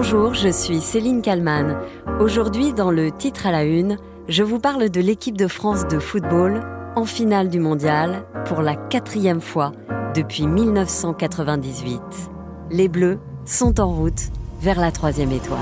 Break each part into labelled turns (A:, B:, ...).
A: Bonjour, je suis Céline Kallmann. Aujourd'hui, dans le titre à la une, je vous parle de l'équipe de France de football en finale du mondial pour la 4e fois depuis 1998. Les Bleus sont en route vers la 3e étoile.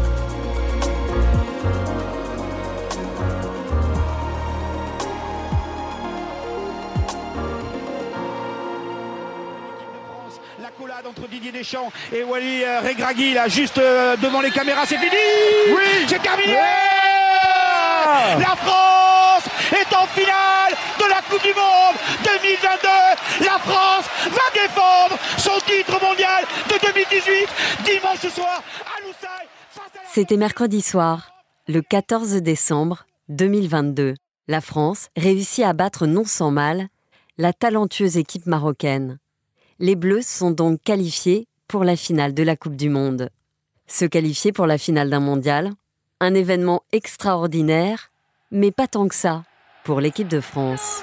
B: Entre Didier Deschamps et Wally Regragui, là, juste devant les caméras, c'est fini. Oui, c'est terminé. Yeah. La France est en finale de la Coupe du Monde 2022. La France va défendre son titre mondial de 2018 dimanche soir à Lusail.
A: C'était mercredi soir, le 14 décembre 2022. La France réussit à battre non sans mal la talentueuse équipe marocaine. Les Bleus sont donc qualifiés pour la finale de la Coupe du Monde. Se qualifier pour la finale d'un mondial, un événement extraordinaire, mais pas tant que ça pour l'équipe de France.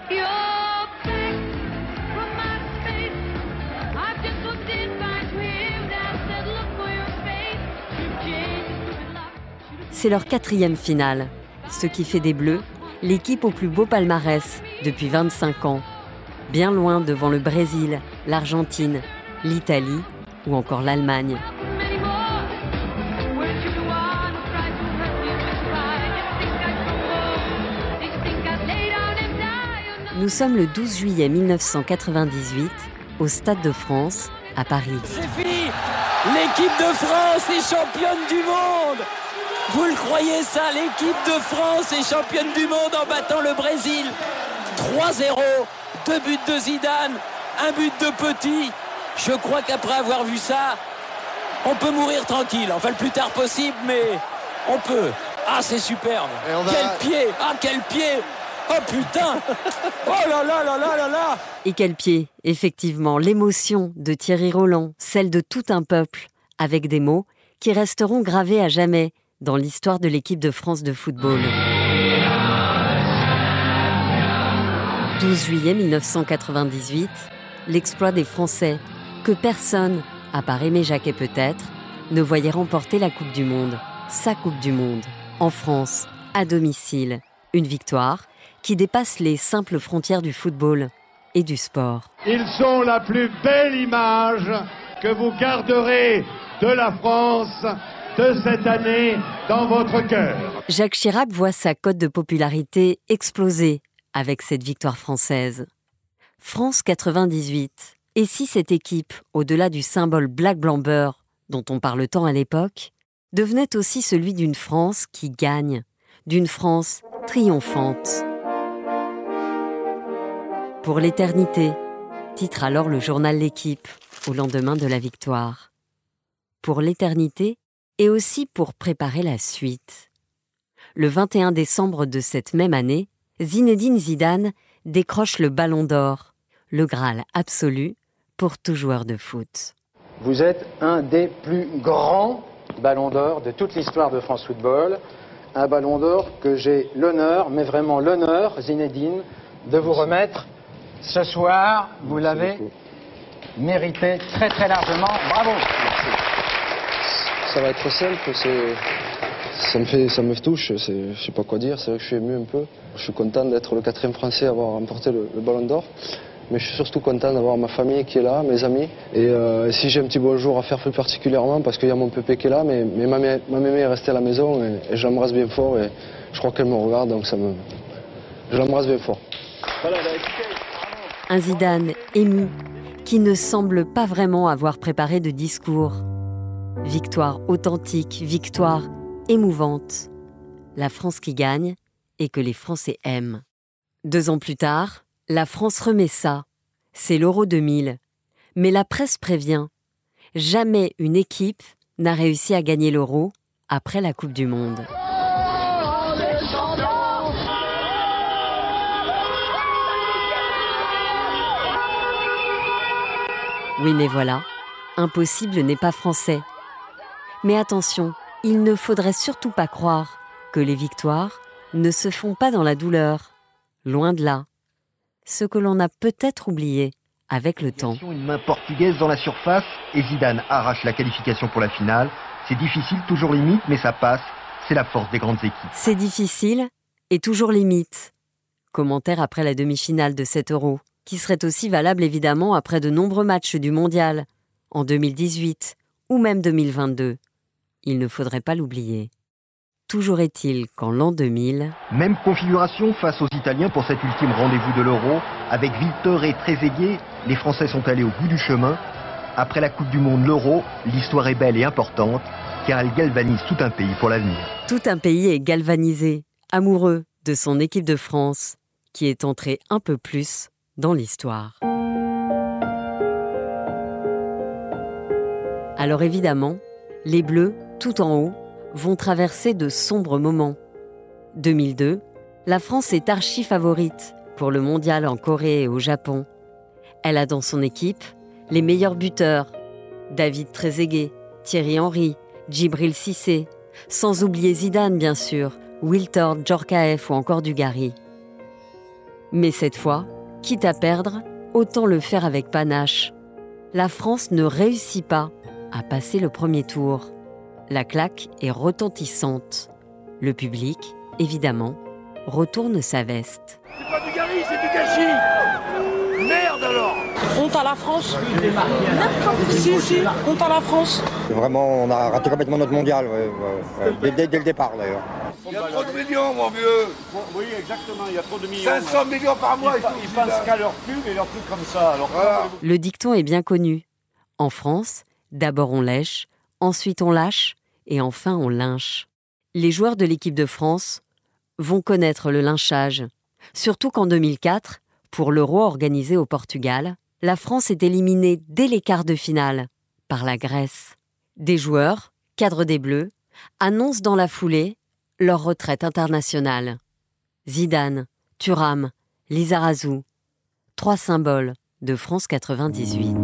A: C'est leur 4e finale, ce qui fait des Bleus l'équipe au plus beau palmarès depuis 25 ans. Bien loin devant le Brésil, l'Argentine, l'Italie ou encore l'Allemagne. Nous sommes le 12 juillet 1998 au Stade de France, à Paris.
C: C'est fini! L'équipe de France est championne du monde! Vous le croyez ça? L'équipe de France est championne du monde en battant le Brésil 3-0. 2 buts de Zidane, 1 but de Petit. Je crois qu'après avoir vu ça, on peut mourir tranquille. Enfin, le plus tard possible, mais on peut. Ah, c'est superbe. Quel pied! Ah, quel pied! Oh putain! Oh là là là là là là!
A: Et quel pied! Effectivement, l'émotion de Thierry Roland, celle de tout un peuple, avec des mots qui resteront gravés à jamais dans l'histoire de l'équipe de France de football. 12 juillet 1998, l'exploit des Français, que personne, à part Aimé Jacquet peut-être, ne voyait remporter la Coupe du Monde, sa Coupe du Monde, en France, à domicile. Une victoire qui dépasse les simples frontières du football et du sport.
D: Ils sont la plus belle image que vous garderez de la France de cette année dans votre cœur.
A: Jacques Chirac voit sa cote de popularité exploser avec cette victoire française. France 98. Et si cette équipe, au-delà du symbole black-blanc-beurre dont on parle tant à l'époque, devenait aussi celui d'une France qui gagne, d'une France triomphante. Pour l'éternité, titre alors le journal L'Équipe au lendemain de la victoire. Pour l'éternité et aussi pour préparer la suite. Le 21 décembre de cette même année, Zinedine Zidane décroche le Ballon d'Or, le Graal absolu pour tout joueur de foot.
E: Vous êtes un des plus grands Ballons d'Or de toute l'histoire de France Football. Un Ballon d'Or que j'ai l'honneur, mais vraiment l'honneur, Zinedine, de vous remettre ce soir. Vous l'avez mérité très très largement. Bravo.
F: Ça va être simple, ça me touche, je sais pas quoi dire, c'est vrai que je suis ému un peu. Je suis content d'être le 4e Français à avoir remporté le Ballon d'Or, mais je suis surtout content d'avoir ma famille qui est là, mes amis. Et si j'ai un petit bonjour à faire plus particulièrement, parce qu'il y a mon pépé qui est là, mais ma mémé est restée à la maison et je l'embrasse bien fort et je crois qu'elle me regarde, donc je l'embrasse bien fort. Voilà,
A: un Zidane ému, qui ne semble pas vraiment avoir préparé de discours. Victoire authentique, victoire émouvante. La France qui gagne et que les Français aiment. 2 ans plus tard, la France remet ça. C'est l'Euro 2000. Mais la presse prévient. Jamais une équipe n'a réussi à gagner l'Euro après la Coupe du Monde. Oui, mais voilà, impossible n'est pas français. Mais attention, il ne faudrait surtout pas croire que les victoires ne se font pas dans la douleur. Loin de là. Ce que l'on a peut-être oublié avec le temps.
G: Une main portugaise dans la surface et Zidane arrache la qualification pour la finale. C'est difficile, toujours limite, mais ça passe. C'est la force des grandes équipes.
A: C'est difficile et toujours limite. Commentaire après la demi-finale de cet Euro, qui serait aussi valable évidemment après de nombreux matchs du Mondial, en 2018 ou même 2022. Il ne faudrait pas l'oublier. Toujours est-il qu'en l'an 2000...
G: Même configuration face aux Italiens pour cet ultime rendez-vous de l'Euro. Avec Viltore et Trezeguet, les Français sont allés au bout du chemin. Après la Coupe du Monde, l'Euro, l'histoire est belle et importante, car elle galvanise tout un pays pour l'avenir.
A: Tout un pays est galvanisé, amoureux de son équipe de France, qui est entrée un peu plus dans l'histoire. Alors évidemment, les Bleus, tout en haut, vont traverser de sombres moments. 2002, la France est archi-favorite pour le mondial en Corée et au Japon. Elle a dans son équipe les meilleurs buteurs, David Trezeguet, Thierry Henry, Djibril Cissé, sans oublier Zidane bien sûr, Wiltord, Djorkaeff ou encore Dugarry. Mais cette fois, quitte à perdre, autant le faire avec panache. La France ne réussit pas à passer le premier tour. La claque est retentissante. Le public, évidemment, retourne sa veste.
H: C'est pas du Dugarry, c'est du gâchis. Merde alors.
I: Honte à la France. Si, honte à la France.
J: Vraiment, on a raté complètement notre mondial, dès le départ d'ailleurs.
H: Il y a trop de millions, mon vieux.
B: Oui, exactement, il y a trop de millions.
H: 500 millions par mois.
B: Ils pensent qu'à leur pub et leur pub comme ça. Alors,
H: voilà.
A: Le dicton est bien connu. En France, d'abord on lèche, ensuite on lâche et enfin on lynche. Les joueurs de l'équipe de France vont connaître le lynchage. Surtout qu'en 2004, pour l'Euro organisé au Portugal, la France est éliminée dès les quarts de finale par la Grèce. Des joueurs, cadres des Bleus, annoncent dans la foulée leur retraite internationale. Zidane, Thuram, Lizarazu, 3 symboles de France 98.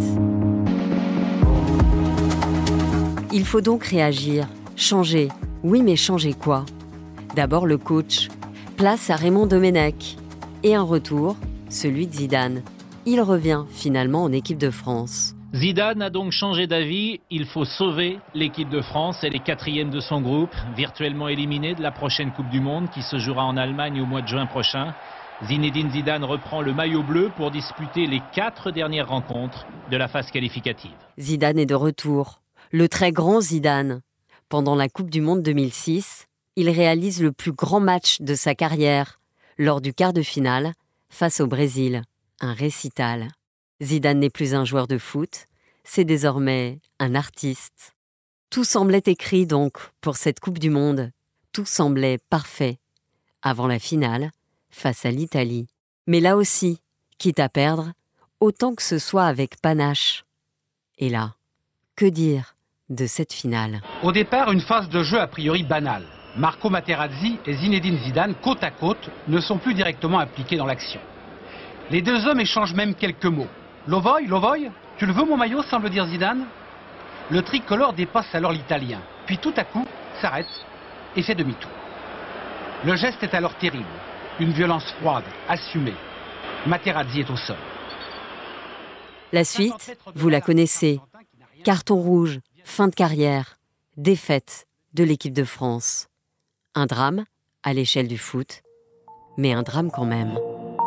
A: Il faut donc réagir, changer. Oui, mais changer quoi ? D'abord le coach. Place à Raymond Domenech. Et un retour, celui de Zidane. Il revient finalement en équipe de France.
K: Zidane a donc changé d'avis. Il faut sauver l'équipe de France. Elle est 4e de son groupe, virtuellement éliminée de la prochaine Coupe du Monde qui se jouera en Allemagne au mois de juin prochain. Zinedine Zidane reprend le maillot bleu pour disputer les 4 dernières rencontres de la phase qualificative.
A: Zidane est de retour. Le très grand Zidane. Pendant la Coupe du Monde 2006, il réalise le plus grand match de sa carrière lors du quart de finale face au Brésil. Un récital. Zidane n'est plus un joueur de foot, c'est désormais un artiste. Tout semblait écrit donc pour cette Coupe du Monde. Tout semblait parfait. Avant la finale, face à l'Italie. Mais là aussi, quitte à perdre, autant que ce soit avec panache. Et là, que dire de cette finale ?
L: Au départ, une phase de jeu a priori banale. Marco Materazzi et Zinedine Zidane, côte à côte, ne sont plus directement impliqués dans l'action. Les deux hommes échangent même quelques mots. Lovoy, tu le veux mon maillot, semble dire Zidane. Le tricolore dépasse alors l'Italien, puis tout à coup s'arrête et fait demi-tour. Le geste est alors terrible, une violence froide, assumée. Materazzi est au sol.
A: La suite, vous la connaissez. Carton rouge, fin de carrière, défaite de l'équipe de France. Un drame à l'échelle du foot, mais un drame quand même.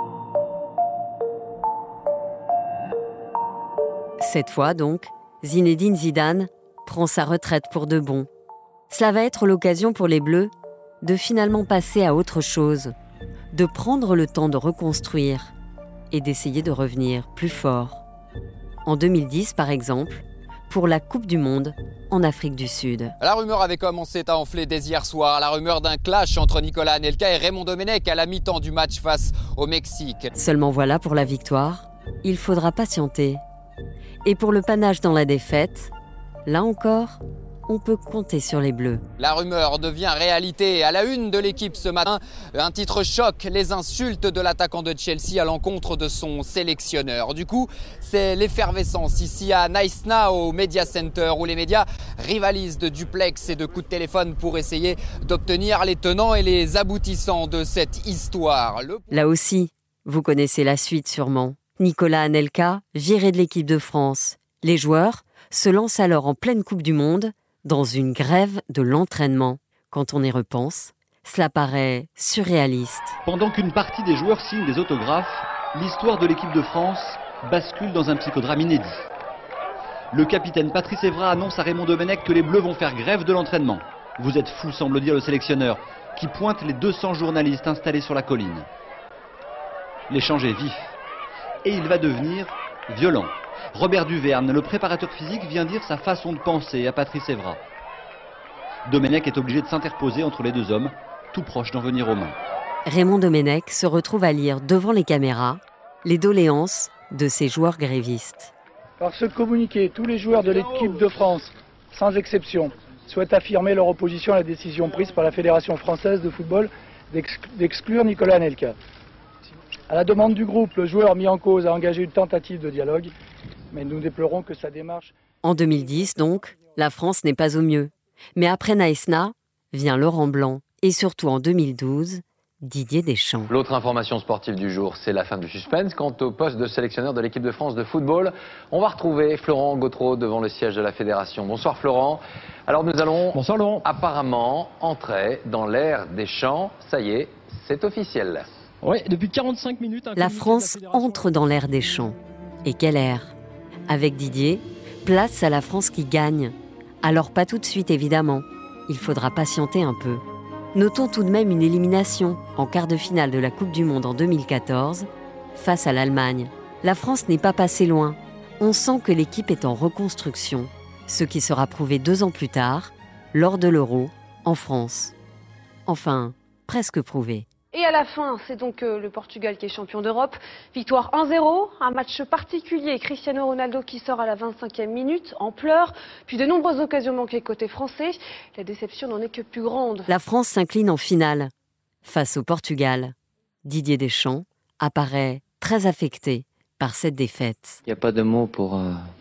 A: Cette fois donc, Zinedine Zidane prend sa retraite pour de bon. Cela va être l'occasion pour les Bleus de finalement passer à autre chose, de prendre le temps de reconstruire et d'essayer de revenir plus fort. En 2010 par exemple, pour la Coupe du Monde en Afrique du Sud.
M: La rumeur avait commencé à enfler dès hier soir, la rumeur d'un clash entre Nicolas Anelka et Raymond Domenech à la mi-temps du match face au Mexique.
A: Seulement voilà, pour la victoire, il faudra patienter. Et pour le panache dans la défaite, là encore, on peut compter sur les Bleus.
M: La rumeur devient réalité. À la une de l'équipe ce matin, un titre choc, les insultes de l'attaquant de Chelsea à l'encontre de son sélectionneur. Du coup, c'est l'effervescence ici à Nice Now, au Media Center, où les médias rivalisent de duplex et de coups de téléphone pour essayer d'obtenir les tenants et les aboutissants de cette histoire.
A: Là aussi, vous connaissez la suite sûrement. Nicolas Anelka, viré de l'équipe de France. Les joueurs se lancent alors en pleine Coupe du Monde dans une grève de l'entraînement. Quand on y repense, cela paraît surréaliste.
N: Pendant qu'une partie des joueurs signent des autographes, l'histoire de l'équipe de France bascule dans un psychodrame inédit. Le capitaine Patrice Evra annonce à Raymond Domenech que les Bleus vont faire grève de l'entraînement. Vous êtes fou, semble dire le sélectionneur, qui pointe les 200 journalistes installés sur la colline. L'échange est vif et il va devenir violent. Robert Duverne, le préparateur physique, vient dire sa façon de penser à Patrice Evra. Domenech est obligé de s'interposer entre les deux hommes, tout proche d'en venir aux mains.
A: Raymond Domenech se retrouve à lire devant les caméras les doléances de ces joueurs grévistes.
O: Par ce communiqué, tous les joueurs de l'équipe de France, sans exception, souhaitent affirmer leur opposition à la décision prise par la Fédération française de football d'exclure Nicolas Anelka. À la demande du groupe, le joueur mis en cause a engagé une tentative de dialogue, mais nous déplorons que sa démarche...
A: En 2010, donc, la France n'est pas au mieux. Mais après Naïsna, vient Laurent Blanc et surtout en 2012, Didier Deschamps.
P: L'autre information sportive du jour, c'est la fin du suspense. Quant au poste de sélectionneur de l'équipe de France de football, on va retrouver Florent Gautreau devant le siège de la Fédération. Bonsoir Florent. Alors nous allons apparemment entrer dans l'ère Deschamps. Ça y est, c'est officiel.
Q: Oui, depuis 45 minutes...
A: La France entre dans l'ère Deschamps. Et quelle ère? Avec Didier, place à la France qui gagne. Alors pas tout de suite évidemment, il faudra patienter un peu. Notons tout de même une élimination en quart de finale de la Coupe du Monde en 2014 face à l'Allemagne. La France n'est pas passée loin. On sent que l'équipe est en reconstruction, ce qui sera prouvé 2 ans plus tard, lors de l'Euro, en France. Enfin, presque prouvé.
R: Et à la fin, c'est donc le Portugal qui est champion d'Europe. Victoire 1-0, un match particulier. Cristiano Ronaldo qui sort à la 25e minute en pleurs, puis de nombreuses occasions manquées côté français. La déception n'en est que plus grande.
A: La France s'incline en finale face au Portugal. Didier Deschamps apparaît très affecté par cette défaite.
S: Il n'y a pas de mots pour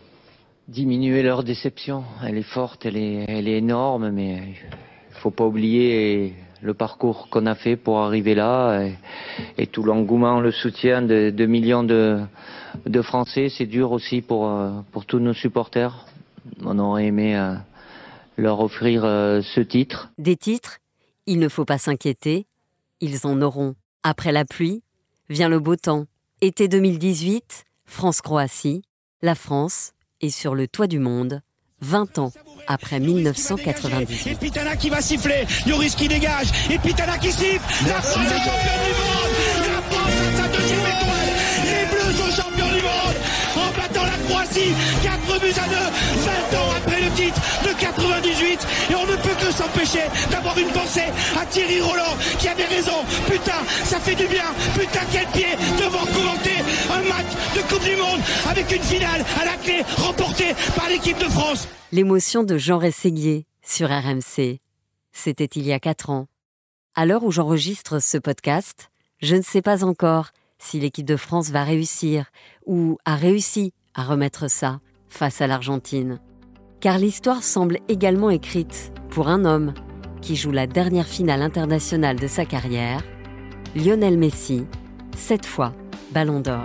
S: diminuer leur déception. Elle est forte, elle est énorme, mais il ne faut pas oublier le parcours qu'on a fait pour arriver là et tout l'engouement, le soutien de millions de Français. C'est dur aussi pour tous nos supporters. On aurait aimé leur offrir ce titre.
A: Des titres, il ne faut pas s'inquiéter, ils en auront. Après la pluie, vient le beau temps. Été 2018, France-Croatie, la France est sur le toit du monde, 20 ans après 1998.
B: Et Pitana qui va siffler, Lloris qui dégage, et Pitana qui siffle. La France est championne du monde. La France a sa 2e étoile. Les Bleus sont champions du monde en battant la Croatie 4 buts à 2, 20 ans après le titre de 98. Et on ne peut que s'empêcher d'avoir une pensée à Thierry Roland qui avait raison. Putain, ça fait du bien. Putain, quel pied devant commenter un match de Coupe du Monde avec une finale à la clé remportée par l'équipe de France.
A: L'émotion de Jean Rességuier sur RMC, c'était il y a 4 ans. À l'heure où j'enregistre ce podcast, je ne sais pas encore si l'équipe de France va réussir ou a réussi à remettre ça face à l'Argentine. Car l'histoire semble également écrite pour un homme qui joue la dernière finale internationale de sa carrière, Lionel Messi, 7 fois Ballon d'Or.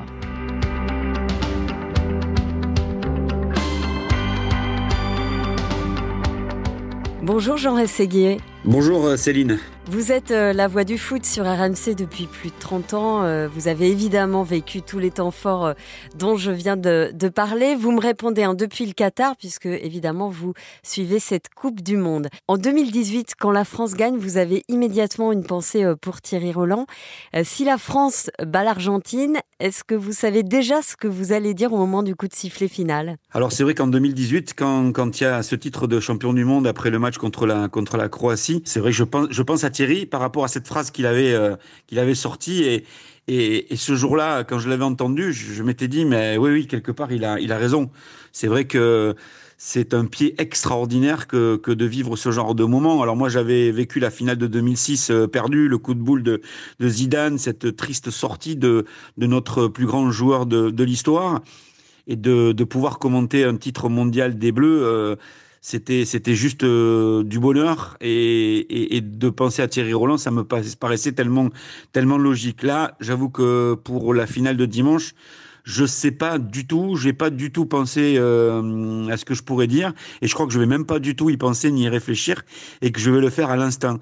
A: Bonjour Jean Rességuier.
T: Bonjour Céline.
A: Vous êtes la voix du foot sur RMC depuis plus de 30 ans. Vous avez évidemment vécu tous les temps forts dont je viens de parler. Vous me répondez depuis le Qatar, puisque évidemment vous suivez cette Coupe du Monde. En 2018, quand la France gagne, vous avez immédiatement une pensée pour Thierry Roland. Si la France bat l'Argentine, est-ce que vous savez déjà ce que vous allez dire au moment du coup de sifflet final ?
T: Alors c'est vrai qu'en 2018, quand il y a ce titre de champion du monde après le match contre la Croatie, c'est vrai que je pense à Thierry par rapport à cette phrase qu'il avait sortie et ce jour-là, quand je l'avais entendu, je m'étais dit mais oui quelque part il a raison. C'est vrai que c'est un pied extraordinaire que de vivre ce genre de moment. Alors moi j'avais vécu la finale de 2006 perdue, le coup de boule de Zidane, cette triste sortie de notre plus grand joueur de l'histoire, et de pouvoir commenter un titre mondial des Bleus. C'était juste du bonheur et de penser à Thierry Roland, ça me paraissait tellement logique. Là, j'avoue que pour la finale de dimanche, Je sais pas du tout, j'ai pas du tout pensé à ce que je pourrais dire, et je crois que je vais même pas du tout y penser ni y réfléchir, et que je vais le faire à l'instant.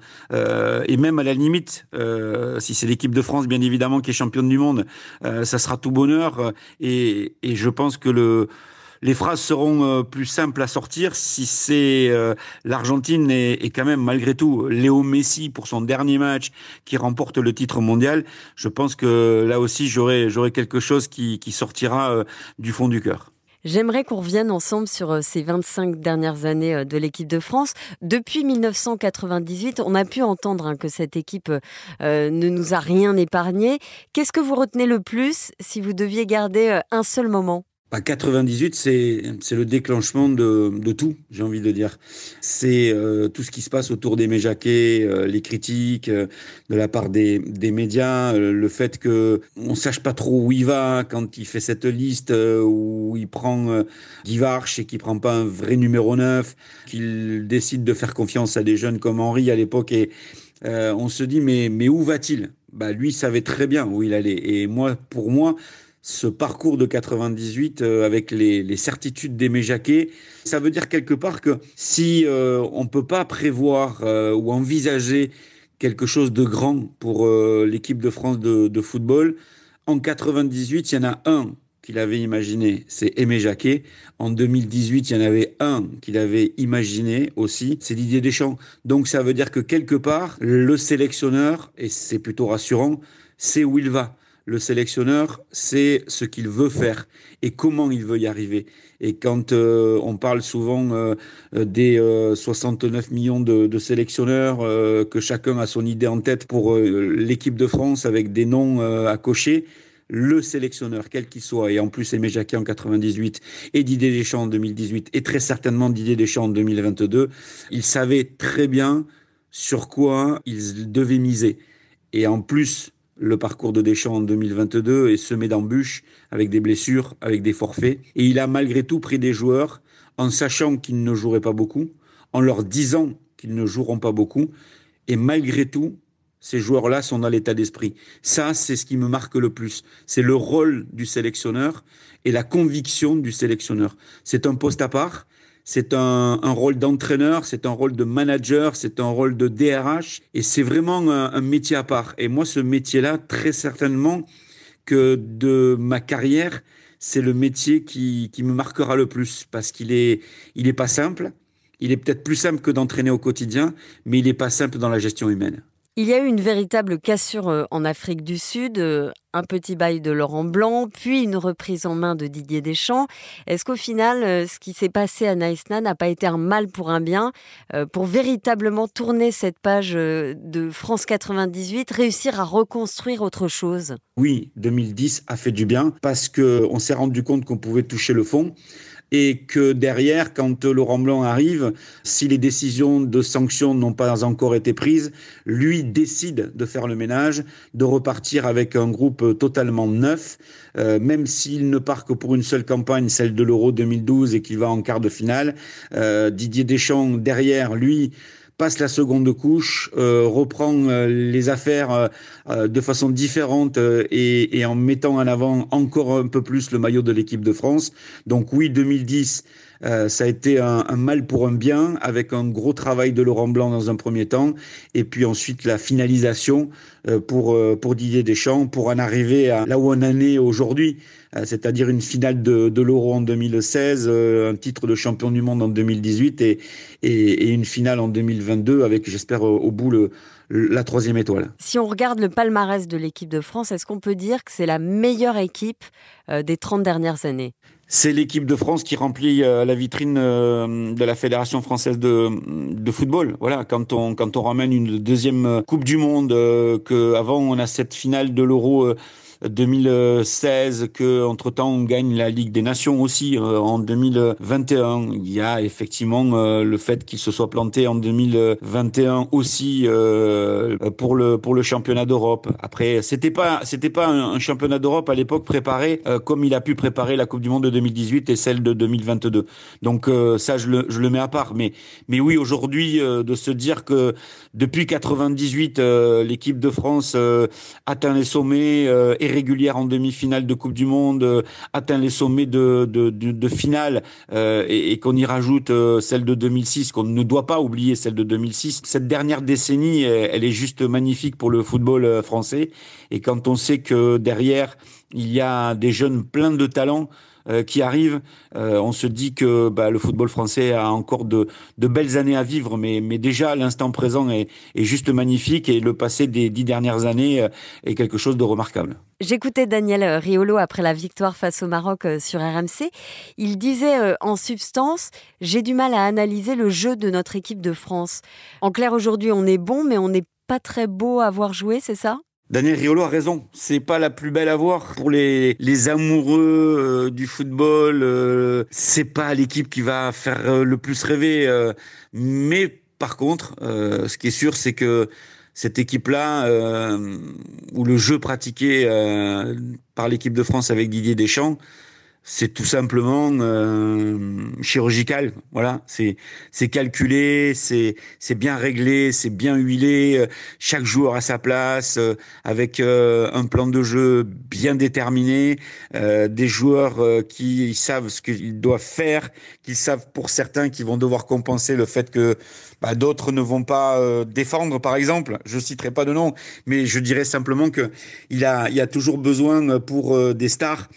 T: Et même à la limite, si c'est l'équipe de France, bien évidemment, qui est championne du monde, ça sera tout bonheur, et je pense que les phrases seront plus simples à sortir si c'est l'Argentine et quand même, malgré tout, Léo Messi pour son dernier match qui remporte le titre mondial. Je pense que là aussi, j'aurai quelque chose qui sortira du fond du cœur.
A: J'aimerais qu'on revienne ensemble sur ces 25 dernières années de l'équipe de France. Depuis 1998, on a pu entendre que cette équipe ne nous a rien épargné. Qu'est-ce que vous retenez le plus si vous deviez garder un seul moment ?
T: 98, c'est le déclenchement de tout, j'ai envie de dire. C'est tout ce qui se passe autour d'Aimé Jacquet, les critiques de la part des médias, le fait que on sache pas trop où il va quand il fait cette liste où il prend Guy Varche et qu'il prend pas un vrai numéro 9, qu'il décide de faire confiance à des jeunes comme Henry à l'époque et on se dit mais où va-t-il ? Lui savait très bien où il allait et pour moi ce parcours de 98 avec les certitudes d'Aimé Jacquet, ça veut dire quelque part que si on peut pas prévoir ou envisager quelque chose de grand pour l'équipe de France de football, en 98, il y en a un qu'il avait imaginé, c'est Aimé Jacquet. En 2018, il y en avait un qu'il avait imaginé aussi, c'est Didier Deschamps. Donc ça veut dire que quelque part, le sélectionneur, et c'est plutôt rassurant, c'est où il va. Le sélectionneur, c'est ce qu'il veut faire et comment il veut y arriver. Et quand on parle souvent des 69 millions de sélectionneurs, que chacun a son idée en tête pour l'équipe de France avec des noms à cocher, le sélectionneur, quel qu'il soit, et en plus Aimé Jacquet en 98 et Didier Deschamps en 2018 et très certainement Didier Deschamps en 2022, il savait très bien sur quoi il devait miser. Et en plus, le parcours de Deschamps en 2022 est semé d'embûches, avec des blessures, avec des forfaits. Et il a malgré tout pris des joueurs en sachant qu'ils ne joueraient pas beaucoup, en leur disant qu'ils ne joueront pas beaucoup. Et malgré tout, ces joueurs-là sont dans l'état d'esprit. Ça, c'est ce qui me marque le plus. C'est le rôle du sélectionneur et la conviction du sélectionneur. C'est un poste à part. C'est un rôle d'entraîneur, c'est un rôle de manager, c'est un rôle de DRH et c'est vraiment un métier à part. Et moi, ce métier-là, très certainement que de ma carrière, c'est le métier qui me marquera le plus parce qu'il est pas simple. Il est peut-être plus simple que d'entraîner au quotidien, mais il est pas simple dans la gestion humaine.
A: Il y a eu une véritable cassure en Afrique du Sud, un petit bail de Laurent Blanc, puis une reprise en main de Didier Deschamps. Est-ce qu'au final, ce qui s'est passé à Naïsna n'a pas été un mal pour un bien, pour véritablement tourner cette page de France 98, réussir à reconstruire autre chose ?
T: Oui, 2010 a fait du bien parce qu'on s'est rendu compte qu'on pouvait toucher le fond. Et que derrière, quand Laurent Blanc arrive, si les décisions de sanctions n'ont pas encore été prises, lui décide de faire le ménage, de repartir avec un groupe totalement neuf, même s'il ne part que pour une seule campagne, celle de l'Euro 2012 et qu'il va en quart de finale. Didier Deschamps, derrière, lui, passe la seconde couche, reprend les affaires de façon différente et en mettant en avant encore un peu plus le maillot de l'équipe de France. Donc oui, 2010, ça a été un mal pour un bien, avec un gros travail de Laurent Blanc dans un premier temps, et puis ensuite la finalisation pour Didier Deschamps, pour en arriver à là où on en est aujourd'hui, c'est-à-dire une finale de l'Euro en 2016, un titre de champion du monde en 2018 et une finale en 2022 avec, j'espère, au bout la 3e étoile.
A: Si on regarde le palmarès de l'équipe de France, est-ce qu'on peut dire que c'est la meilleure équipe des 30 dernières années ?
T: C'est l'équipe de France qui remplit la vitrine de la Fédération française de football. Voilà, quand on ramène une deuxième Coupe du Monde, qu'avant on a cette finale de l'Euro 2016, que entre-temps on gagne la Ligue des Nations aussi en 2021. Il y a effectivement le fait qu'il se soit planté en 2021 aussi pour le championnat d'Europe. Après, c'était pas un championnat d'Europe à l'époque préparé comme il a pu préparer la Coupe du Monde de 2018 et celle de 2022. Donc ça je le mets à part. Mais oui, aujourd'hui de se dire que depuis 98 l'équipe de France atteint les sommets est régulière en demi-finale de Coupe du Monde, atteint les sommets de finale, et qu'on y rajoute celle de 2006, qu'on ne doit pas oublier celle de 2006. Cette dernière décennie, elle est juste magnifique pour le football français. Et quand on sait que derrière, il y a des jeunes pleins de talent qui arrivent, on se dit que le football français a encore de belles années à vivre, mais déjà l'instant présent est juste magnifique, et le passé des 10 dernières années est quelque chose de remarquable.
A: J'écoutais Daniel Riolo après la victoire face au Maroc sur RMC. Il disait en substance « J'ai du mal à analyser le jeu de notre équipe de France ». En clair, aujourd'hui, on est bon, mais on n'est pas très beau à voir jouer, c'est ça ?
T: Daniel Riolo a raison, c'est pas la plus belle à voir. Pour les amoureux du football, c'est pas l'équipe qui va faire le plus rêver. Mais par contre, ce qui est sûr, c'est que cette équipe-là, où le jeu pratiqué par l'équipe de France avec Didier Deschamps, c'est tout simplement chirurgical. Voilà, c'est calculé, c'est bien réglé, c'est bien huilé. Chaque joueur à sa place, avec un plan de jeu bien déterminé, des joueurs qui savent ce qu'ils doivent faire, qui savent pour certains qu'ils vont devoir compenser le fait que d'autres ne vont pas défendre, par exemple. Je citerai pas de nom, mais je dirais simplement que il y a toujours besoin pour des stars,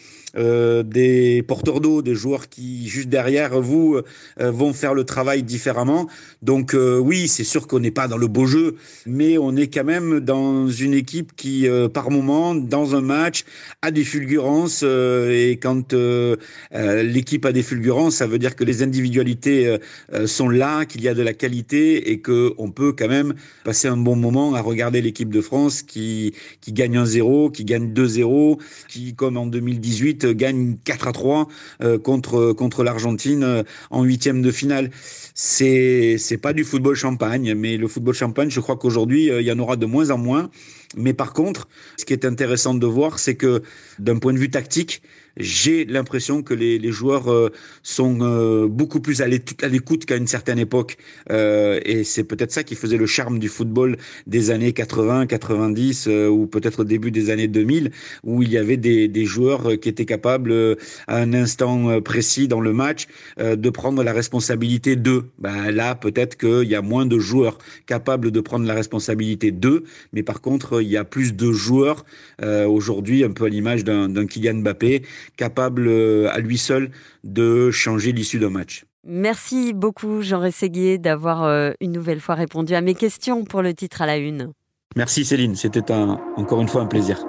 T: des porteurs d'eau, des joueurs qui juste derrière vous vont faire le travail différemment. Donc oui, c'est sûr qu'on n'est pas dans le beau jeu, mais on est quand même dans une équipe qui par moment, dans un match, a des fulgurances, et quand l'équipe a des fulgurances, ça veut dire que les individualités sont là, qu'il y a de la qualité, et que on peut quand même passer un bon moment à regarder l'équipe de France qui gagne 1-0, qui gagne 2-0, qui, comme en 2018, gagne 4-3 contre l'Argentine en 8e de finale. C'est pas du football champagne, mais le football champagne, je crois qu'aujourd'hui, il y en aura de moins en moins. Mais par contre, ce qui est intéressant de voir, c'est que d'un point de vue tactique, j'ai l'impression que les joueurs sont beaucoup plus à l'écoute qu'à une certaine époque. Et c'est peut-être ça qui faisait le charme du football des années 80, 90, ou peut-être au début des années 2000, où il y avait des joueurs qui étaient capables, à un instant précis dans le match, de prendre la responsabilité d'eux. Là, peut-être qu'il y a moins de joueurs capables de prendre la responsabilité d'eux, mais par contre, il y a plus de joueurs aujourd'hui, un peu à l'image d'un Kylian Mbappé, capable à lui seul de changer l'issue d'un match.
A: Merci beaucoup Jean Rességuier d'avoir une nouvelle fois répondu à mes questions pour le titre à la une.
T: Merci Céline, c'était encore une fois un plaisir.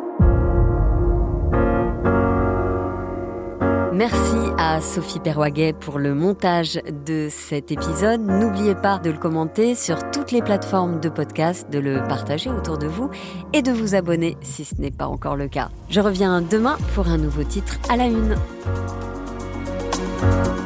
A: Merci à Sophie Perwaguet pour le montage de cet épisode. N'oubliez pas de le commenter sur toutes les plateformes de podcast, de le partager autour de vous et de vous abonner si ce n'est pas encore le cas. Je reviens demain pour un nouveau titre à la une.